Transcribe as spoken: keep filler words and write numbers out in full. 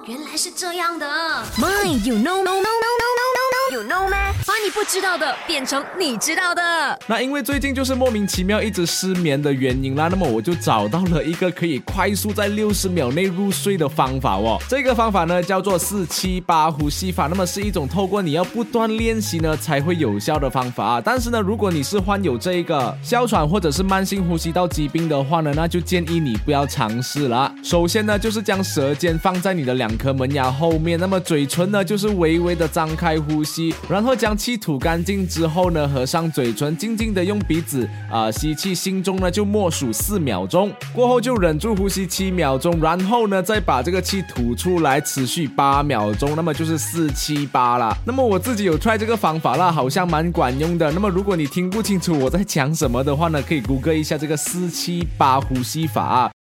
原来是这样的。 My, you know, no, no, no, no, no, no, you know 咩？ 把你不知道的变成你知道的。 那因为最近就是莫名其妙一直失眠的原因啦，那么我就找到了一个可以快速在六十秒内入睡的方法哦。这个方法呢叫做四七八呼吸法，那么是一种透过你要不断练习呢才会有效的方法。但是呢，如果你是患有这个哮喘或者是慢性呼吸道疾病的话呢，那就建议你不要尝试了。首先呢，就是将舌尖放在你的两颗门牙后面，那么嘴唇呢就是微微的张开呼吸，然后将气吐干净之后呢，合上嘴唇，静静的用鼻子啊、呃、吸气，心中呢就默数四秒钟，过后就忍住呼吸七秒钟，然后呢再把这个气吐出来，持续八秒钟，那么就是四七八啦。那么我自己有 try 这个方法啦，好像蛮管用的。那么如果你听不清楚我在讲什么的话呢，可以谷歌一下这个四七八呼吸法啊。